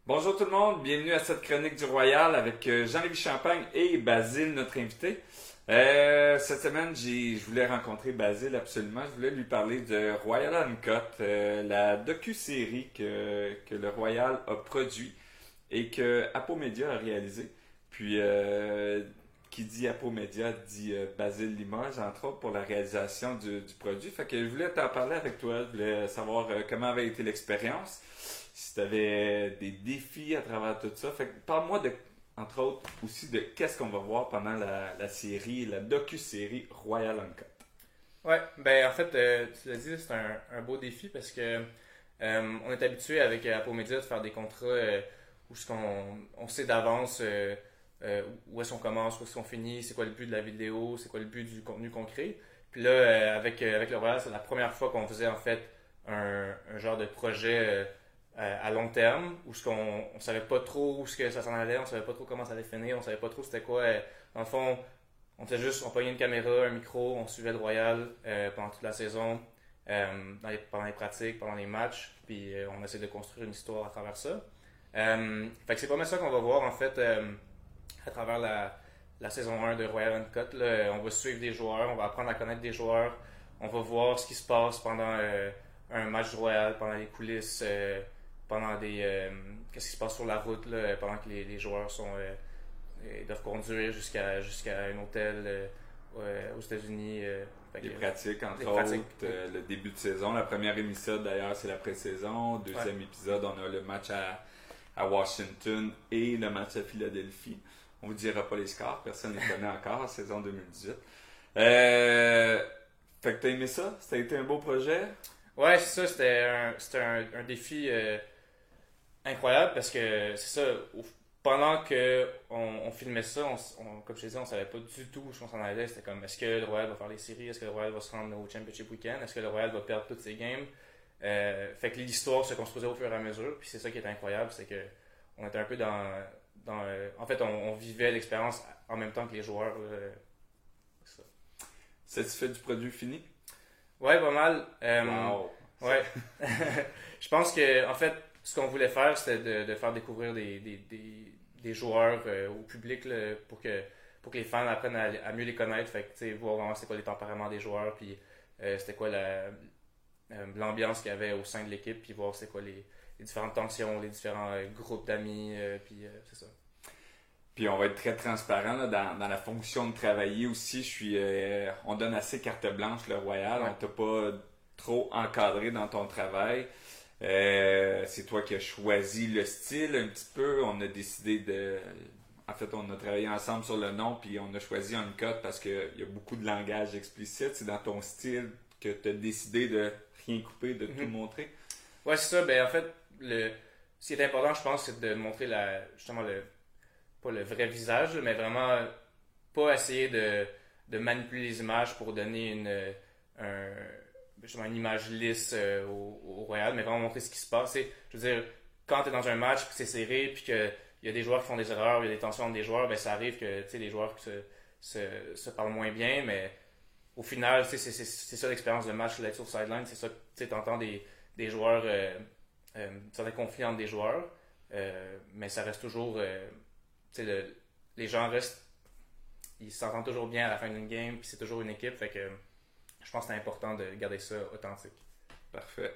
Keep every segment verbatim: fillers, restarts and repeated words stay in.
Bonjour tout le monde, bienvenue à cette chronique du Royal avec euh, Jean-Lévis Champagne et Basile, notre invité. Euh, cette semaine, j'ai, je voulais rencontrer Basile absolument. Je voulais lui parler de Royal Uncut, euh, la docu-série que, que le Royal a produit et que Apomedia a réalisé. Puis, euh, qui dit Apomedia dit euh, Basile Limoges, entre autres, pour la réalisation du, du produit. Fait que je voulais t'en parler avec toi. Je voulais savoir euh, comment avait été l'expérience. Si tu avais des défis à travers tout ça. Fait que parle-moi de, entre autres, aussi de qu'est-ce qu'on va voir pendant la, la série, la docu-série Royal Uncut. Ouais, ben en fait, euh, tu l'as dit, c'est un, un beau défi parce que euh, on est habitué avec euh, Apomedia de faire des contrats euh, où ce qu'on, on sait d'avance euh, euh, où est-ce qu'on commence, où est-ce qu'on finit, c'est quoi le but de la vidéo, c'est quoi le but du contenu qu'on crée. Puis là, euh, avec, euh, avec le Royal, c'est la première fois qu'on faisait en fait un, un genre de projet euh, à long terme, où ce qu'on on savait pas trop où ce que ça s'en allait, on savait pas trop comment ça allait finir, on savait pas trop c'était quoi. Euh, dans le fond, on faisait juste, on pognait une caméra, un micro, on suivait le Royal euh, pendant toute la saison, euh, dans les, pendant les pratiques, pendant les matchs, puis euh, on essaie de construire une histoire à travers ça. Euh, fait que c'est pas mal ça qu'on va voir en fait euh, à travers la, la saison un de Royal Uncut. Là, on va suivre des joueurs, on va apprendre à connaître des joueurs, on va voir ce qui se passe pendant euh, un match du Royal, pendant les coulisses. Euh, pendant des euh, qu'est-ce qui se passe sur la route là, pendant que les, les joueurs sont euh, ils doivent conduire jusqu'à jusqu'à un hôtel euh, euh, aux États-Unis euh, les que, pratiques entre les autres pratiques. Euh, le début de saison, la première émission d'ailleurs c'est la pré-saison, deuxième ouais. épisode on a le match à, à Washington et le match à Philadelphie. On vous dira pas les scores, personne ne les connaît encore, saison deux mille dix-huit. Euh, fait que t'as aimé ça? Ça a été un beau projet? Ouais, c'est ça, c'était un, c'était un, un défi euh, incroyable parce que c'est ça, pendant que on, on filmait ça, on, on, comme je te disais, on savait pas du tout où on s'en allait. C'était comme, est-ce que le Royal va faire les séries, est-ce que le Royal va se rendre au Championship Weekend, est-ce que le Royal va perdre toutes ses games. Euh, fait que l'histoire se construisait au fur et à mesure, puis c'est ça qui était incroyable, c'est que on était un peu dans, dans euh, en fait, on, on vivait l'expérience en même temps que les joueurs. Euh, ça. Satisfait du produit fini? Ouais, pas mal. Euh, wow. Ouais. Je pense que, en fait, ce qu'on voulait faire, c'était de, de faire découvrir des, des, des, des joueurs euh, au public là, pour, que, pour que les fans apprennent à, à mieux les connaître. Fait que, tu sais, voir vraiment c'est quoi les tempéraments des joueurs, puis euh, c'était quoi la, euh, l'ambiance qu'il y avait au sein de l'équipe, puis voir c'est quoi les, les différentes tensions, les différents euh, groupes d'amis, euh, puis euh, c'est ça. Puis on va être très transparent là, dans, dans la fonction de travailler aussi. Je suis, euh, on donne assez carte blanche le Royal. Ouais. On t'a pas trop encadré dans ton travail. Euh, c'est toi qui as choisi le style un petit peu. On a décidé de... En fait, on a travaillé ensemble sur le nom, puis on a choisi Uncut parce qu'il y a beaucoup de langage explicite. C'est dans ton style que tu as décidé de rien couper, de mm-hmm. tout montrer. Ouais, c'est ça. Ben, en fait, le... ce qui est important, je pense, c'est de montrer la... justement le... pas le vrai visage, mais vraiment pas essayer de, de manipuler les images pour donner une, un, justement une image lisse euh, au, au Royal, mais vraiment montrer ce qui se passe. Et, je veux dire, quand tu es dans un match, puis c'est serré, puis qu'il y a des joueurs qui font des erreurs, il y a des tensions entre des joueurs, ben ça arrive que les joueurs se, se, se parlent moins bien, mais au final, c'est, c'est, c'est ça l'expérience de match, l'être sur sideline, c'est ça, tu entends des, des joueurs, euh, euh, certains conflits entre des joueurs, euh, mais ça reste toujours... Euh, Le, les gens restent, ils s'entendent toujours bien à la fin d'une game, puis c'est toujours une équipe, fait que je pense que c'est important de garder ça authentique. Parfait.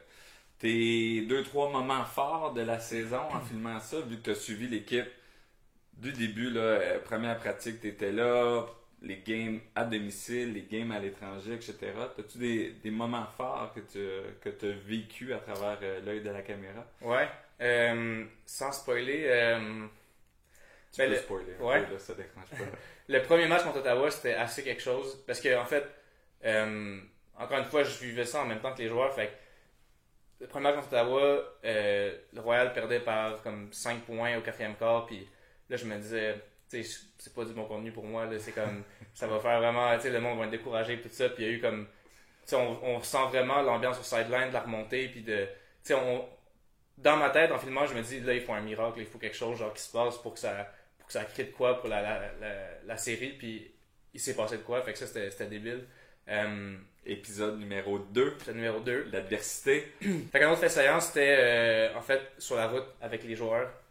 Tes deux, trois moments forts de la saison en filmant ça, vu que tu as suivi l'équipe du début, là, première pratique, tu étais là, les games à domicile, les games à l'étranger, et cetera. As-tu des, des moments forts que tu que tu as vécu à travers euh, l'œil de la caméra? Ouais. Euh, sans spoiler... Euh... Tu ben peux le, spoiler, ouais. peu, là, ça dérange pas. Le premier match contre Ottawa, c'était assez quelque chose. Parce que, en fait, euh, encore une fois, je vivais ça en même temps que les joueurs. Fait que, le premier match contre Ottawa, euh, le Royal perdait par comme cinq points au quatrième quart. Puis là, je me disais, tu sais, c'est pas du bon contenu pour moi. Là, c'est comme, ça va faire vraiment, tu sais, le monde va être découragé et tout ça. Puis il y a eu comme, tu sais, on, on ressent vraiment l'ambiance au sideline, de la remontée. Puis de, tu sais, on, dans ma tête, en filmant, je me dis, là, il faut un miracle, il faut quelque chose genre qui se passe pour que ça. Que ça crée de quoi pour la, la, la, la série, puis il s'est passé de quoi, fait que ça c'était, c'était débile. Euh, épisode numéro deux. Épisode numéro deux. L'adversité. Fait qu'un autre fait séance, c'était euh, en fait sur la route avec les joueurs.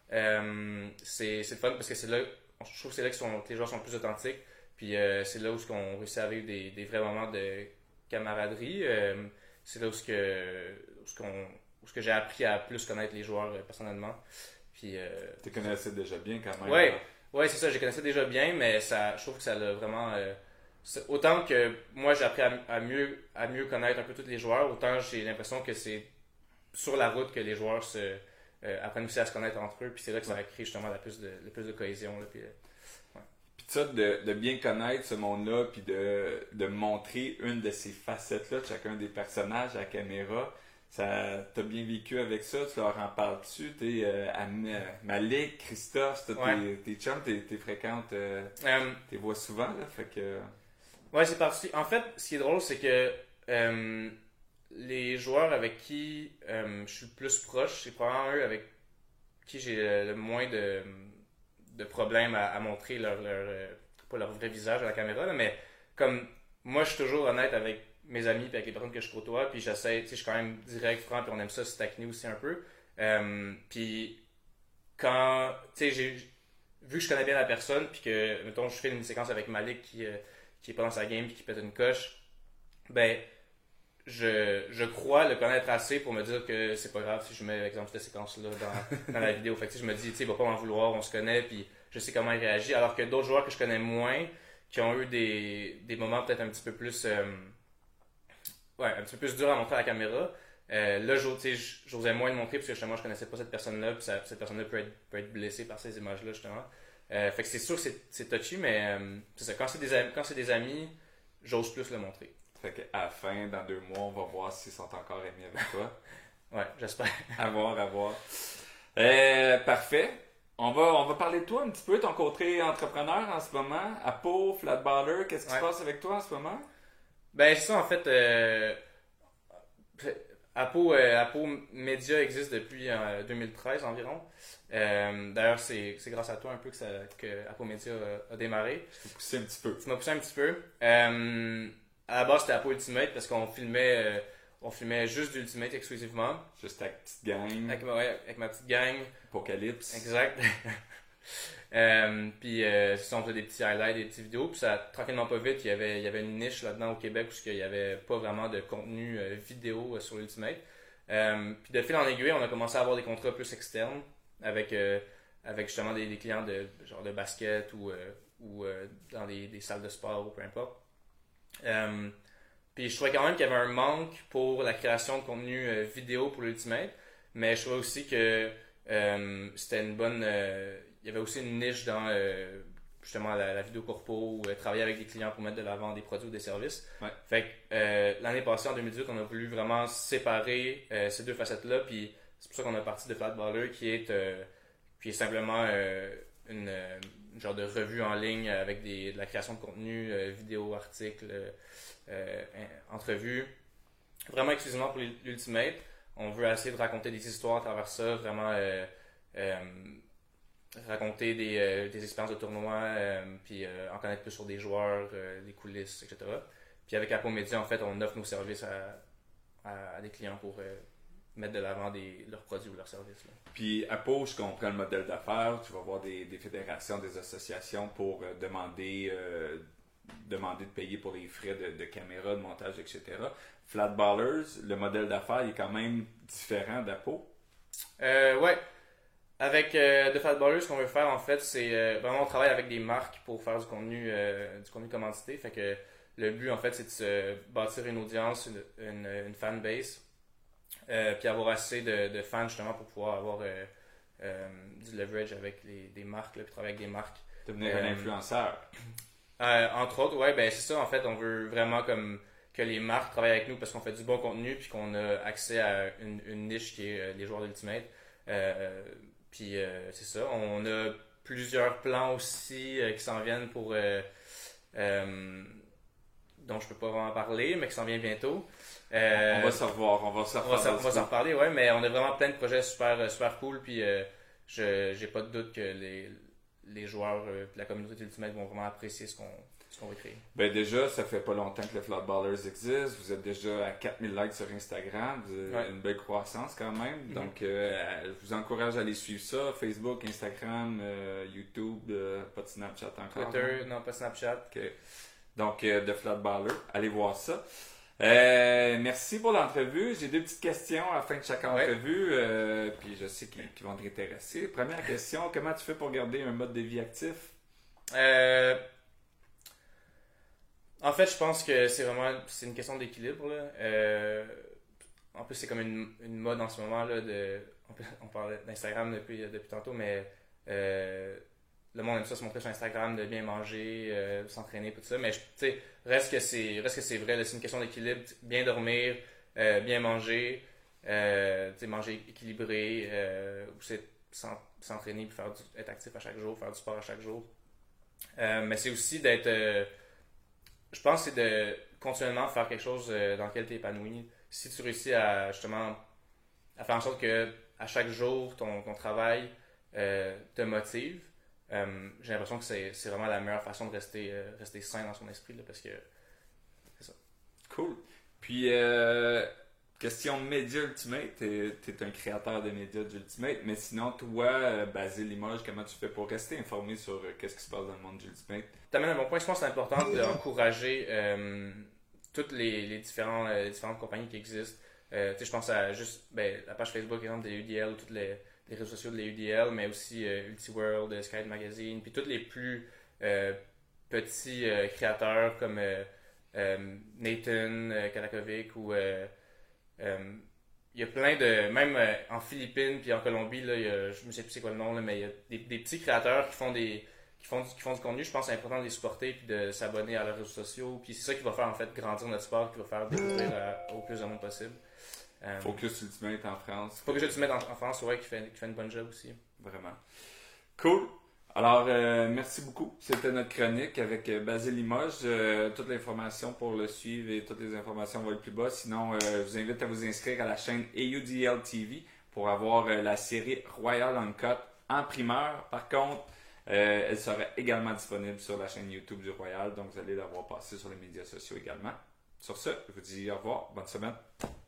Euh, c'est, c'est le fun parce que c'est là, je trouve que c'est là que, sont, que les joueurs sont le plus authentiques. Puis euh, c'est là où on réussit à vivre des, des vrais moments de camaraderie. Euh, c'est là où, ce que, où, ce qu'on, où ce que j'ai appris à plus connaître les joueurs euh, personnellement. Puis, euh, tu connaissais déjà bien quand même. Ouais, ouais, c'est ça, je les connaissais déjà bien, mais ça, je trouve que ça l'a vraiment. Euh, autant que moi j'ai appris à, à, mieux, à mieux connaître un peu tous les joueurs, autant j'ai l'impression que c'est sur la route que les joueurs se, euh, apprennent aussi à se connaître entre eux, puis c'est là que ça va créer justement la plus de, le plus de cohésion. Là, puis, euh, ouais. Puis ça, de, de bien connaître ce monde-là, puis de, de montrer une de ces facettes-là de chacun des personnages à la caméra, ça, t'as bien vécu avec ça, tu leur en parles-tu, t'es euh, à Malik, Christophe, t'es, ouais. tes chums, t'es, t'es fréquentes, euh, um, t'es vois souvent, là, fait que... Ouais, c'est parti. En fait, ce qui est drôle, c'est que euh, les joueurs avec qui euh, je suis le plus proche, c'est probablement eux avec qui j'ai le, le moins de, de problèmes à, à montrer leur, leur euh, pas leur vrai visage à la caméra, là, mais comme moi, je suis toujours honnête avec mes amis et avec les personnes que je côtoie, puis j'essaie, tu sais, je suis quand même direct, franc, puis on aime ça se taquiner aussi un peu. Euh, puis quand, tu sais, j'ai vu que je connais bien la personne, puis que, mettons, je fais une séquence avec Malik qui... Euh, qui est pas dans sa game et qui pète une coche, ben, je, je crois le connaître assez pour me dire que c'est pas grave si je mets, par exemple, cette séquence-là dans, dans la vidéo. Fait que, je me dis, tu sais, il va pas m'en vouloir, on se connaît, puis je sais comment il réagit. Alors que d'autres joueurs que je connais moins, qui ont eu des, des moments peut-être un petit peu plus, euh, ouais, un petit peu plus durs à montrer à la caméra, euh, là, j'osais moins le montrer parce que justement, je connaissais pas cette personne-là, puis ça, cette personne-là peut être, peut être blessée par ces images-là, justement. Euh, fait que c'est sûr que c'est, c'est touchy, mais euh, c'est ça. Quand c'est des amis, quand c'est des amis, j'ose plus le montrer. Fait qu'à la fin, dans deux mois, on va voir s'ils sont encore amis avec toi. Ouais, j'espère. À voir, à voir. Euh, parfait. On va, on va parler de toi un petit peu, ton côté entrepreneur en ce moment. Apo, Flatballer, qu'est-ce qui ouais. se passe avec toi en ce moment? Ben, c'est ça, en fait. Euh, Apo, euh, Apo Media existe depuis euh, deux mille treize environ. Euh, d'ailleurs, c'est, c'est grâce à toi un peu que, ça, que Apo Media a, a démarré. Je t'ai poussé un petit peu. Tu m'as poussé un petit peu. Euh, à la base, c'était Apo Ultimate parce qu'on filmait, euh, on filmait juste d'Ultimate exclusivement. Juste ta petite gang. Avec, ouais, avec ma petite gang. Apocalypse. Exact. euh, puis, euh, ça, on faisait des petits highlights, des petites vidéos. Puis, ça, tranquillement pas vite, il y avait, il y avait une niche là-dedans au Québec où il n'y avait pas vraiment de contenu euh, vidéo euh, sur l'Ultimate. Euh, puis, de fil en aiguille, on a commencé à avoir des contrats plus externes. Avec, euh, avec justement des, des clients de genre de basket ou, euh, ou euh, dans des, des salles de sport ou peu importe. Euh, puis je trouvais quand même qu'il y avait un manque pour la création de contenu euh, vidéo pour l'Ultimate, mais je trouvais aussi que euh, c'était une bonne... Euh, il y avait aussi une niche dans euh, justement la, la vidéo corpo ou euh, travailler avec des clients pour mettre de l'avant des produits ou des services. Ouais. Fait que euh, l'année passée, en deux mille dix-huit, on a voulu vraiment séparer euh, ces deux facettes-là, puis c'est pour ça qu'on a parti de Flatballer, qui est, euh, qui est simplement euh, une, une genre de revue en ligne avec des, de la création de contenu, euh, vidéos, articles, euh, entrevues, vraiment exclusivement pour l'Ultimate. On veut essayer de raconter des histoires à travers ça, vraiment euh, euh, raconter des, euh, des expériences de tournoi, euh, puis euh, en connaître plus sur des joueurs, euh, des coulisses, et cetera. Puis avec Apo Media, en fait, on offre nos services à, à, à des clients pour... Euh, mettre de l'avant des, leurs produits ou leurs services. Là. Puis, Apo, je comprends le modèle d'affaires. Tu vas voir des, des fédérations, des associations pour euh, demander, euh, demander de payer pour les frais de, de caméra, de montage, et cetera. Flatballers, le modèle d'affaires il est quand même différent d'Apo. Euh, ouais. Avec euh, The Flatballers, ce qu'on veut faire, en fait, c'est euh, vraiment on travaille avec des marques pour faire du contenu, euh, du contenu commandité. Fait que le but, en fait, c'est de se bâtir une audience, une, une, une fanbase. Euh, puis avoir assez de, de fans justement pour pouvoir avoir euh, euh, du leverage avec les, des marques, là, puis travailler avec des marques. Devenir euh, un influenceur. Euh, entre autres, ouais, ben c'est ça en fait, on veut vraiment comme que les marques travaillent avec nous parce qu'on fait du bon contenu puis qu'on a accès à une, une niche qui est euh, les joueurs d'Ultimate. Euh, puis euh, c'est ça, on a plusieurs plans aussi euh, qui s'en viennent pour euh, euh, dont je peux pas vraiment parler, mais qui s'en viennent bientôt. Euh, on va s'en revoir, on va s'en reparler. On va s'en reparler, ouais, mais on a vraiment plein de projets super, super cool, puis euh, je j'ai pas de doute que les, les joueurs euh, de la communauté d'Ultimate vont vraiment apprécier ce qu'on, ce qu'on va créer. Ben déjà, ça fait pas longtemps que le Floodballers existe. Vous êtes déjà à quatre mille likes sur Instagram. Vous avez Ouais. une belle croissance quand même. Mhm. Donc, euh, je vous encourage à aller suivre ça. Facebook, Instagram, euh, YouTube, euh, pas de Snapchat encore. Twitter, hein? non pas Snapchat. Ok. Donc, euh, The Floodballer, allez voir ça. Euh, merci pour l'entrevue. J'ai deux petites questions à la fin de chaque Ouais. entrevue, euh, puis je sais qu'ils qu'ils vont t'intéresser. Première question, comment tu fais pour garder un mode de vie actif? Euh, En fait, je pense que c'est vraiment c'est une question d'équilibre. Là. Euh, en plus, c'est comme une, une mode en ce moment. Là, de, on, peut- on parlait d'Instagram depuis, depuis tantôt, mais euh, le monde aime ça se montrer sur Instagram, de bien manger, euh, s'entraîner, tout ça. Mais je- tu sais, reste que c'est reste que c'est vrai. là, C'est une question d'équilibre. Bien dormir, euh, bien manger, euh, tu sais, manger équilibré, euh, ou c'est s'en- s'entraîner puis faire du- être actif à chaque jour, faire du sport à chaque jour. Euh, mais c'est aussi d'être. euh, je pense que c'est de continuellement faire quelque chose euh, dans lequel tu es épanoui. Si tu réussis à justement à faire en sorte que à chaque jour ton, ton travail euh, te motive, euh, j'ai l'impression que c'est, c'est vraiment la meilleure façon de rester, euh, rester sain dans son esprit là, parce que Cool. Puis, euh, question média Ultimate. T'es, t'es un créateur de médias d'Ultimate, mais sinon, toi, euh, Basile Limoges, comment tu fais pour rester informé sur euh, qu'est-ce qui se passe dans le monde d'Ultimate? tu amènes un bon point. Je pense que c'est important d'encourager euh, toutes les, les, différents, euh, les différentes compagnies qui existent. Euh, tu sais, je pense à juste ben, la page Facebook, par exemple, de l'U D L, ou tous les, les réseaux sociaux de l'U D L, mais aussi euh, UltiWorld, euh, Sky Magazine, puis tous les plus euh, petits euh, créateurs comme euh, euh, Nathan euh, Kalakovic ou euh, euh, il y a plein de même euh, en Philippines puis en Colombie là, il y a, je ne sais plus c'est quoi le nom là, mais il y a des, des petits créateurs qui font des qui font du, qui font du contenu. Je pense que c'est important de les supporter puis de s'abonner à leurs réseaux sociaux, puis c'est ça qui va faire en fait grandir notre sport, qui va faire découvrir à- au plus de monde possible. Euh, Focus Ultimate en France. faut que je te mette en, en France, ouais, qui fait, qui fait une bonne job aussi. Vraiment. Cool. Alors, euh, merci beaucoup. C'était notre chronique avec euh, Basile Limoges. Euh, toute l'information pour le suivre et toutes les informations vont être plus bas. Sinon, euh, je vous invite à vous inscrire à la chaîne A U D L T V pour avoir euh, la série Royal Uncut en primeur. Par contre, euh, elle sera également disponible sur la chaîne YouTube du Royal, donc vous allez la voir passer sur les médias sociaux également. Sur ce, je vous dis au revoir. Bonne semaine.